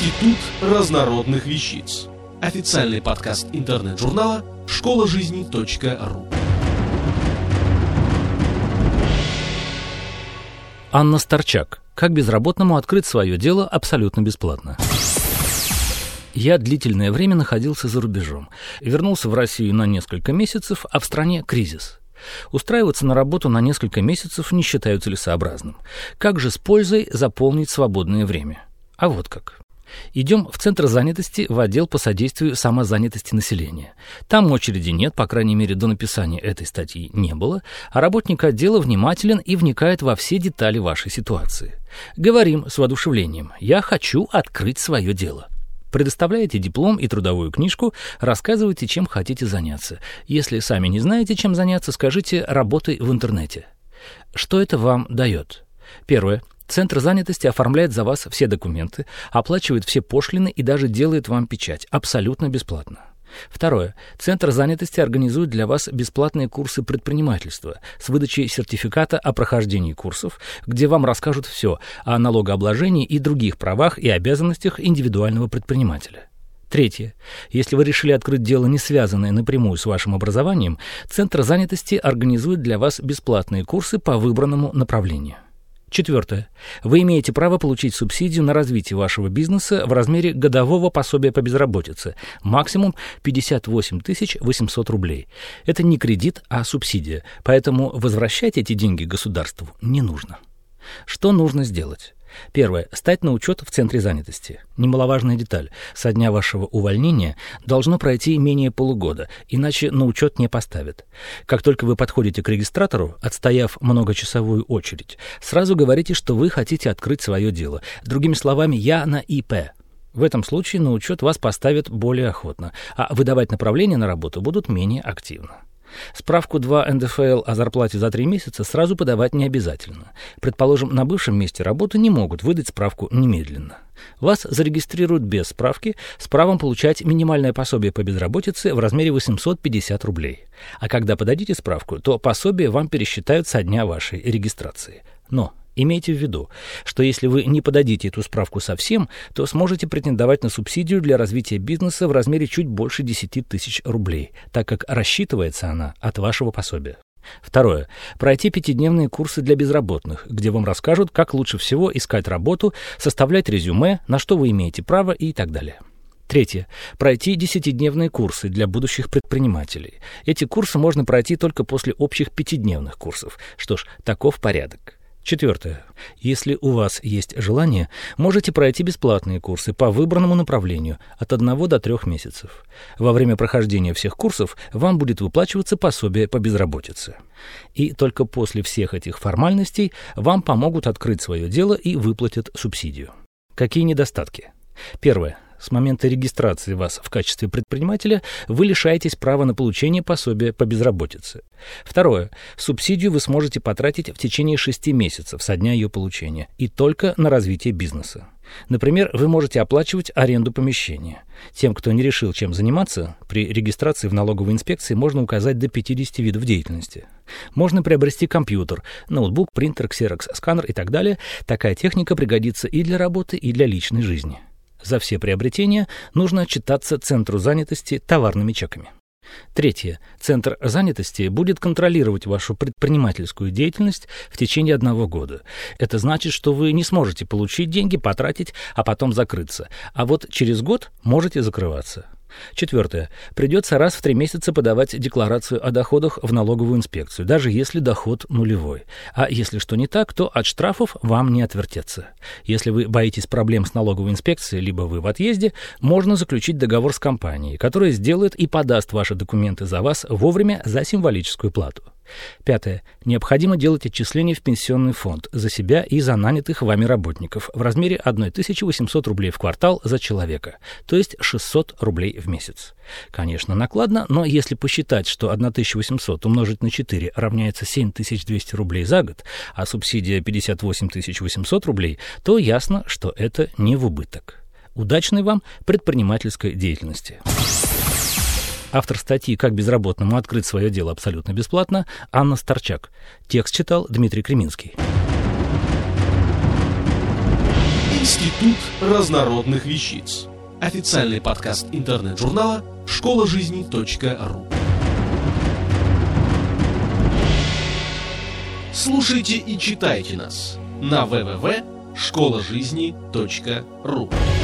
Институт разнородных вещиц. Официальный подкаст интернет-журнала школажизни.ру. Анна Старчак. Как безработному открыть свое дело абсолютно бесплатно. Я длительное время находился за рубежом. Вернулся в Россию на несколько месяцев, а в стране кризис. Устраиваться на работу на несколько месяцев не считаю целесообразным. Как же с пользой заполнить свободное время? А вот как. Идем в Центр занятости в отдел по содействию самозанятости населения. Там очереди нет, по крайней мере, до написания этой статьи не было, а работник отдела внимателен и вникает во все детали вашей ситуации. Говорим с воодушевлением: «Я хочу открыть свое дело». Предоставляете диплом и трудовую книжку, рассказывайте, чем хотите заняться. Если сами не знаете, чем заняться, скажите «работай в интернете». Что это вам дает? Первое. Центр занятости оформляет за вас все документы, оплачивает все пошлины и даже делает вам печать. Абсолютно бесплатно. Второе. Центр занятости организует для вас бесплатные курсы предпринимательства с выдачей сертификата о прохождении курсов, где вам расскажут все о налогообложении и других правах и обязанностях индивидуального предпринимателя. Третье. Если вы решили открыть дело, не связанное напрямую с вашим образованием, Центр занятости организует для вас бесплатные курсы по выбранному направлению. Четвертое. Вы имеете право получить субсидию на развитие вашего бизнеса в размере годового пособия по безработице, максимум 58 800 рублей. Это не кредит, а субсидия, поэтому возвращать эти деньги государству не нужно. Что нужно сделать? Первое. Стать на учет в Центре занятости. Немаловажная деталь. Со дня вашего увольнения должно пройти менее полугода, иначе на учет не поставят. Как только вы подходите к регистратору, отстояв многочасовую очередь, сразу говорите, что вы хотите открыть свое дело. Другими словами, я на ИП. В этом случае на учет вас поставят более охотно, а выдавать направления на работу будут менее активно. Справку 2 НДФЛ о зарплате за 3 месяца сразу подавать не обязательно. Предположим, на бывшем месте работы не могут выдать справку немедленно. Вас зарегистрируют без справки с правом получать минимальное пособие по безработице в размере 850 рублей. А когда подадите справку, то пособие вам пересчитают со дня вашей регистрации. Но имейте в виду, что если вы не подадите эту справку совсем, то сможете претендовать на субсидию для развития бизнеса в размере чуть больше 10 тысяч рублей, так как рассчитывается она от вашего пособия. Второе. Пройти 5-дневные курсы для безработных, где вам расскажут, как лучше всего искать работу, составлять резюме, на что вы имеете право и так далее. Третье. Пройти 10-дневные курсы для будущих предпринимателей. Эти курсы можно пройти только после общих 5-дневных курсов. Что ж, таков порядок. Четвертое. Если у вас есть желание, можете пройти бесплатные курсы по выбранному направлению от 1 до 3 месяцев. Во время прохождения всех курсов вам будет выплачиваться пособие по безработице. И только после всех этих формальностей вам помогут открыть свое дело и выплатят субсидию. Какие недостатки? Первое. С момента регистрации вас в качестве предпринимателя вы лишаетесь права на получение пособия по безработице. Второе. Субсидию вы сможете потратить в течение 6 месяцев со дня ее получения и только на развитие бизнеса. Например, вы можете оплачивать аренду помещения. Тем, кто не решил, чем заниматься, при регистрации в налоговой инспекции можно указать до 50 видов деятельности. Можно приобрести компьютер, ноутбук, принтер, ксерокс, сканер и так далее. Такая техника пригодится и для работы, и для личной жизни. За все приобретения нужно отчитаться Центру занятости товарными чеками. Третье. Центр занятости будет контролировать вашу предпринимательскую деятельность в течение 1 года. Это значит, что вы не сможете получить деньги, потратить, а потом закрыться. А вот через год можете закрываться. Четвертое. Придется раз в 3 месяца подавать декларацию о доходах в налоговую инспекцию, даже если доход нулевой. А если что не так, то от штрафов вам не отвертеться. Если вы боитесь проблем с налоговой инспекцией, либо вы в отъезде, можно заключить договор с компанией, которая сделает и подаст ваши документы за вас вовремя за символическую плату. Пятое. Необходимо делать отчисления в пенсионный фонд за себя и за нанятых вами работников в размере 1800 рублей в квартал за человека, то есть 600 рублей в месяц. Конечно, накладно, но если посчитать, что 1800 умножить на 4 равняется 7200 рублей за год, а субсидия 58 800 рублей, то ясно, что это не в убыток. Удачной вам предпринимательской деятельности. Автор статьи «Как безработному открыть свое дело абсолютно бесплатно» Анна Старчак. Текст читал Дмитрий Креминский. Институт разнородных вещиц. Официальный подкаст интернет-журнала школажизни.ру. Слушайте и читайте нас на www.школажизни.ру.